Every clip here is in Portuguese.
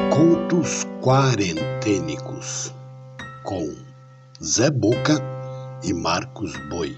Contos Quarentênicos, com Zé Boca e Marcos Boi.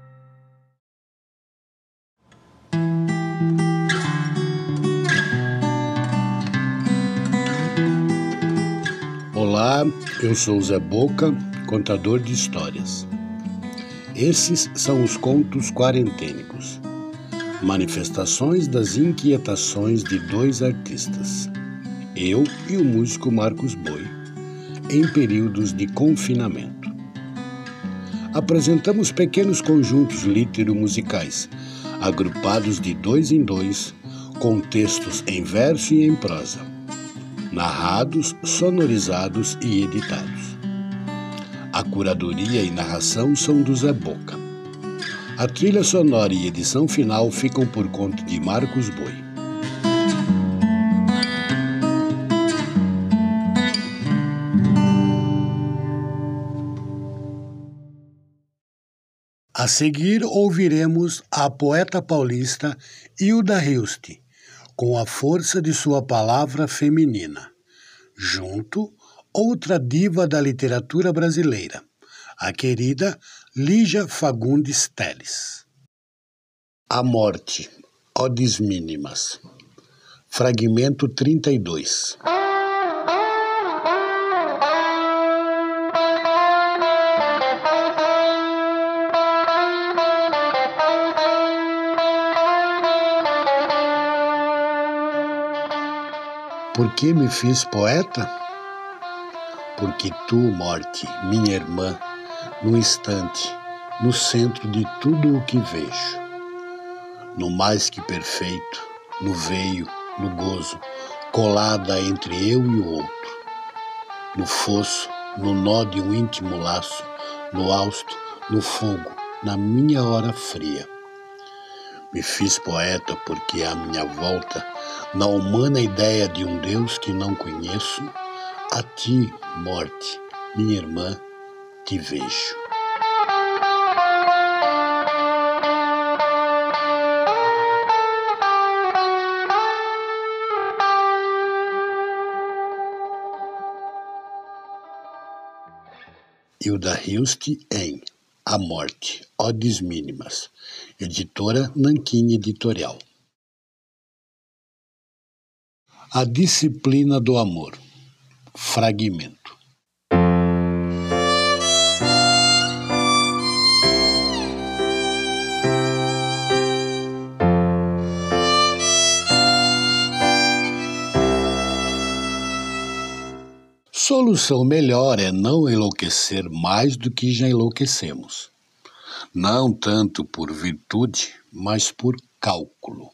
Olá, eu sou Zé Boca, contador de histórias. Esses são os Contos Quarentênicos, manifestações das inquietações de dois artistas, eu e o músico Marcos Boi, em períodos de confinamento. Apresentamos pequenos conjuntos litero-musicais, agrupados de dois em dois, com textos em verso e em prosa, narrados, sonorizados e editados. A curadoria e narração são do Zé Boca. A trilha sonora e edição final ficam por conta de Marcos Boi. A seguir ouviremos a poeta paulista Hilda Hilst, com a força de sua palavra feminina. Junto, outra diva da literatura brasileira, a querida Lígia Fagundes Telles. A Morte, Odes Mínimas. Fragmento 32. Por que me fiz poeta? Porque tu, morte, minha irmã, no instante, no centro de tudo o que vejo, no mais que perfeito, no veio, no gozo, colada entre eu e o outro, no fosso, no nó de um íntimo laço, no hausto, no fogo, na minha hora fria. Me fiz poeta porque à minha volta, na humana ideia de um Deus que não conheço, a ti, morte, minha irmã, te vejo. Hilda Hilst em A Morte, Odes Mínimas, editora Nanquim Editorial. A disciplina do amor. Fragmento. Solução melhor é não enlouquecer mais do que já enlouquecemos. Não tanto por virtude, mas por cálculo.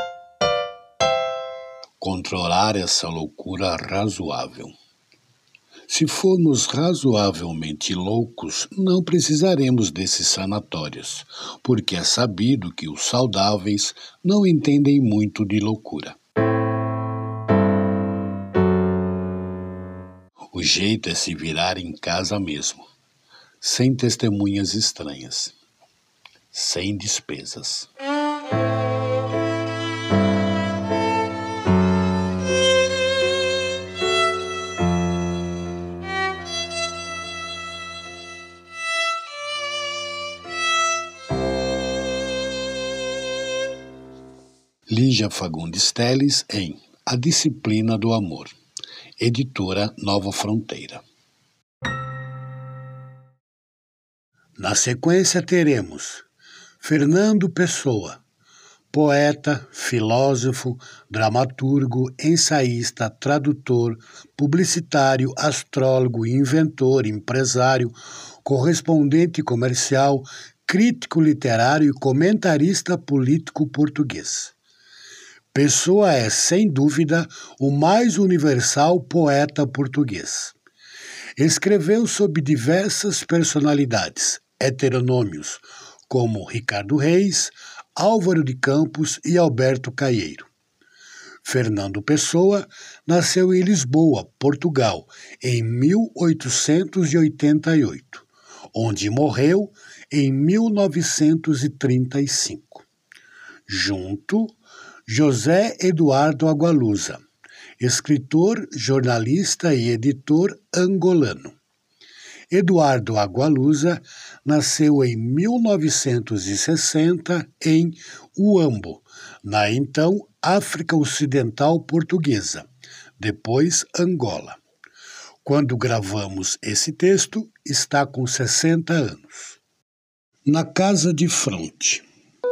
Controlar essa loucura razoável. Se formos razoavelmente loucos, não precisaremos desses sanatórios, porque é sabido que os saudáveis não entendem muito de loucura. O jeito é se virar em casa mesmo, sem testemunhas estranhas, sem despesas. Lígia Fagundes Telles em A Disciplina do Amor, editora Nova Fronteira. Na sequência teremos Fernando Pessoa, poeta, filósofo, dramaturgo, ensaísta, tradutor, publicitário, astrólogo, inventor, empresário, correspondente comercial, crítico literário e comentarista político português. Pessoa é, sem dúvida, o mais universal poeta português. Escreveu sob diversas personalidades, heteronômios, como Ricardo Reis, Álvaro de Campos e Alberto Caeiro. Fernando Pessoa nasceu em Lisboa, Portugal, em 1888, onde morreu em 1935. Junto, José Eduardo Agualusa, escritor, jornalista e editor angolano. Eduardo Agualusa nasceu em 1960 em Uambo, na então África Ocidental Portuguesa, depois Angola. Quando gravamos esse texto, está com 60 anos. Na casa de fronte.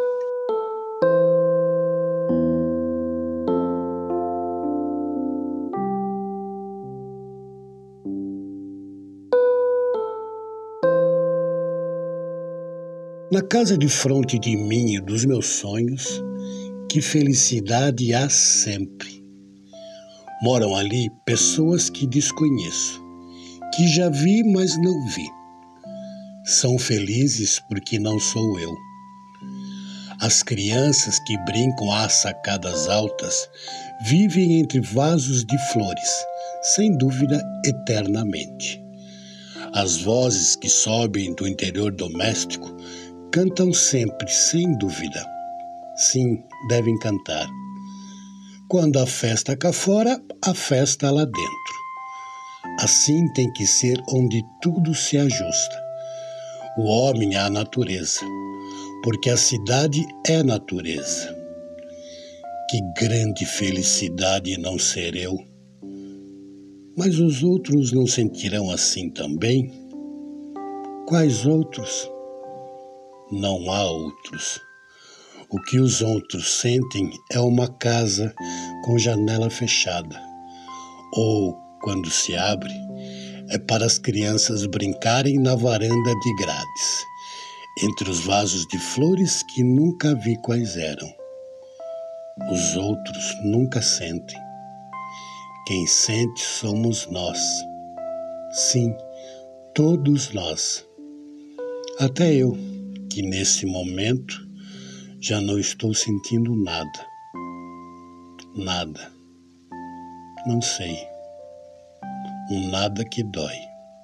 Na casa de fronte de mim e dos meus sonhos, que felicidade há sempre. Moram ali pessoas que desconheço, que já vi, mas não vi. São felizes porque não sou eu. As crianças que brincam às sacadas altas vivem entre vasos de flores, sem dúvida eternamente. As vozes que sobem do interior doméstico cantam sempre, sem dúvida. Sim, devem cantar. Quando a festa cá fora, a festa lá dentro. Assim tem que ser onde tudo se ajusta. O homem é a natureza, porque a cidade é natureza. Que grande felicidade não ser eu. Mas os outros não sentirão assim também? Quais outros? Não há outros. O que os outros sentem é uma casa com janela fechada. Ou, quando se abre, é para as crianças brincarem na varanda de grades, entre os vasos de flores que nunca vi quais eram. Os outros nunca sentem. Quem sente somos nós. Sim, todos nós. Até eu, que nesse momento já não estou sentindo nada. Nada. Não sei. Um nada que dói.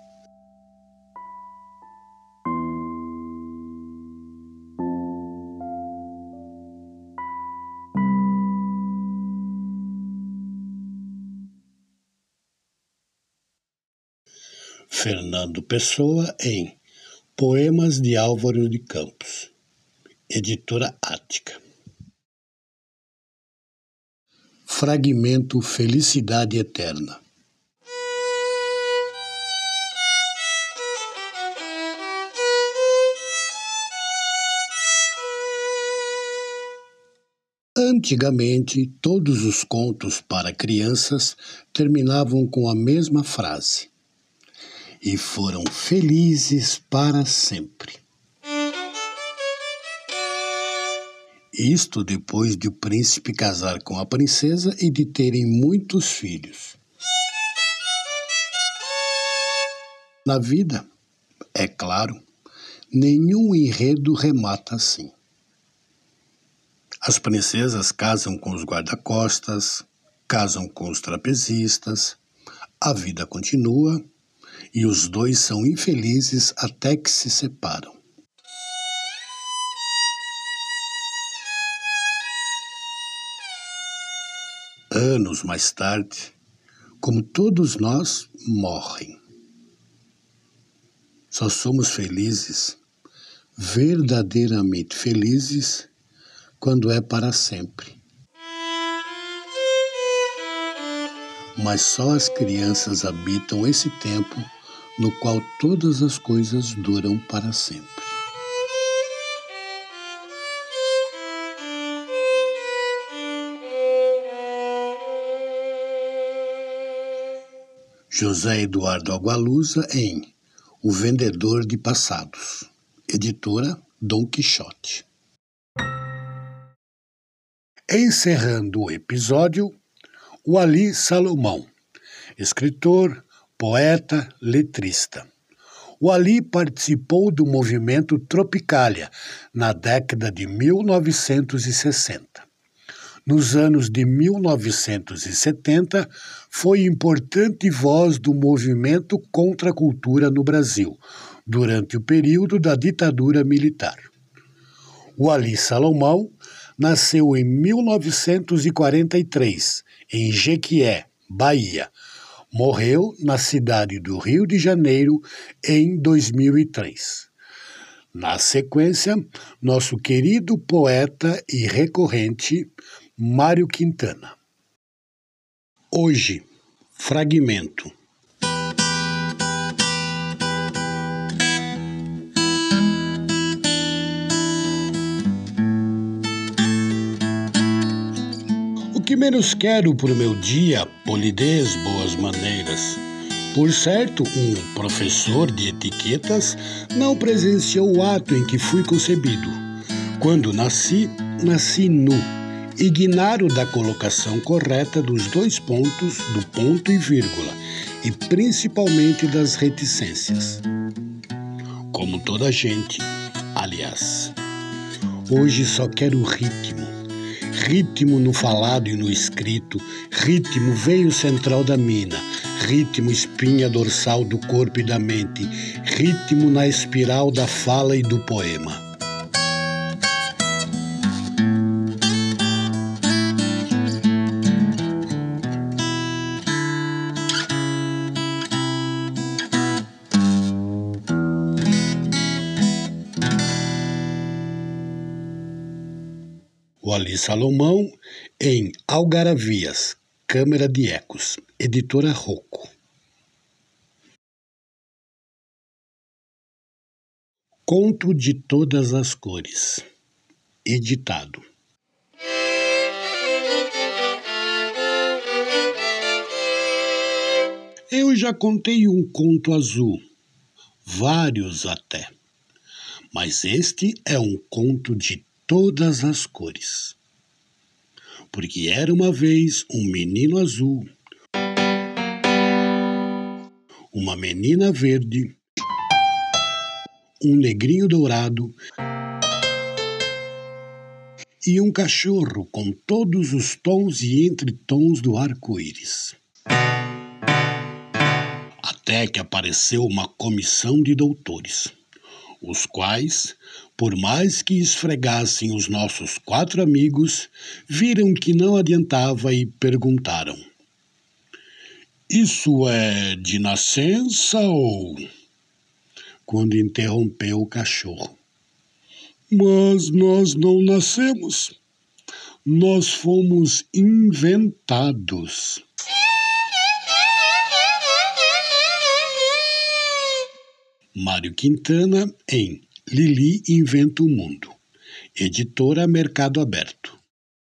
Fernando Pessoa em Poemas de Álvaro de Campos, editora Ática. Fragmento Felicidade Eterna. Antigamente, todos os contos para crianças terminavam com a mesma frase: e foram felizes para sempre. Isto depois de o príncipe casar com a princesa e de terem muitos filhos. Na vida, é claro, nenhum enredo remata assim. As princesas casam com os guarda-costas, casam com os trapezistas, a vida continua e os dois são infelizes até que se separam. Anos mais tarde, como todos nós, morrem. Só somos felizes, verdadeiramente felizes, quando é para sempre. Mas só as crianças habitam esse tempo no qual todas as coisas duram para sempre. José Eduardo Agualusa em O Vendedor de Passados, editora Dom Quixote. Encerrando o episódio, o Ali Salomão, escritor, poeta, letrista. O Ali participou do movimento Tropicália na década de 1960. Nos anos de 1970, foi importante voz do movimento contra a cultura no Brasil, durante o período da ditadura militar. O Ali Salomão nasceu em 1943, em Jequié, Bahia. Morreu na cidade do Rio de Janeiro em 2003. Na sequência, nosso querido poeta e recorrente Mário Quintana. Hoje, fragmento. O que menos quero pro meu dia, polidez, boas maneiras. Por certo, um professor de etiquetas não presenciou o ato em que fui concebido. Quando nasci nu, ignaro da colocação correta dos dois pontos, do ponto e vírgula, e principalmente das reticências. Como toda gente, aliás. Hoje só quero ritmo. Ritmo no falado e no escrito, ritmo veio central da mina, ritmo espinha dorsal do corpo e da mente, ritmo na espiral da fala e do poema. Wally Salomão, em Algaravias, Câmara de Ecos, Editora Rocco. Conto de todas as cores, editado. Eu já contei um conto azul, vários até, mas este é um conto de todas as cores. Porque era uma vez um menino azul, uma menina verde, um negrinho dourado e um cachorro com todos os tons e entretons do arco-íris. Até que apareceu uma comissão de doutores, os quais, por mais que esfregassem os nossos 4 amigos, viram que não adiantava e perguntaram: "Isso é de nascença ou..." Quando interrompeu o cachorro: "Mas nós não nascemos, nós fomos inventados." Mário Quintana, em Lili Inventa o Mundo, Editora Mercado Aberto.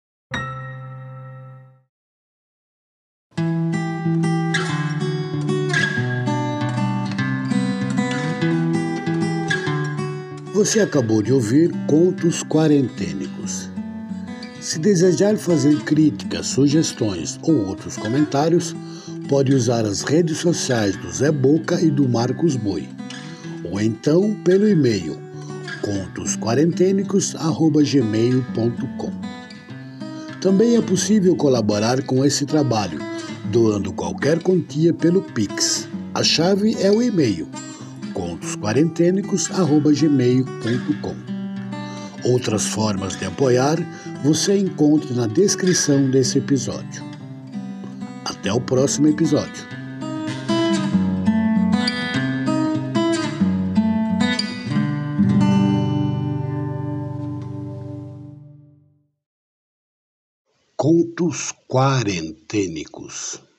Você acabou de ouvir Contos Quarentênicos. Se desejar fazer críticas, sugestões ou outros comentários, pode usar as redes sociais do Zé Boca e do Marcos Boi, ou então pelo e-mail contosquarentenicos@gmail.com. Também é possível colaborar com esse trabalho, doando qualquer quantia pelo Pix. A chave é o e-mail contosquarentenicos@gmail.com. Outras formas de apoiar você encontra na descrição desse episódio. Até o próximo episódio. Contos Quarentênicos.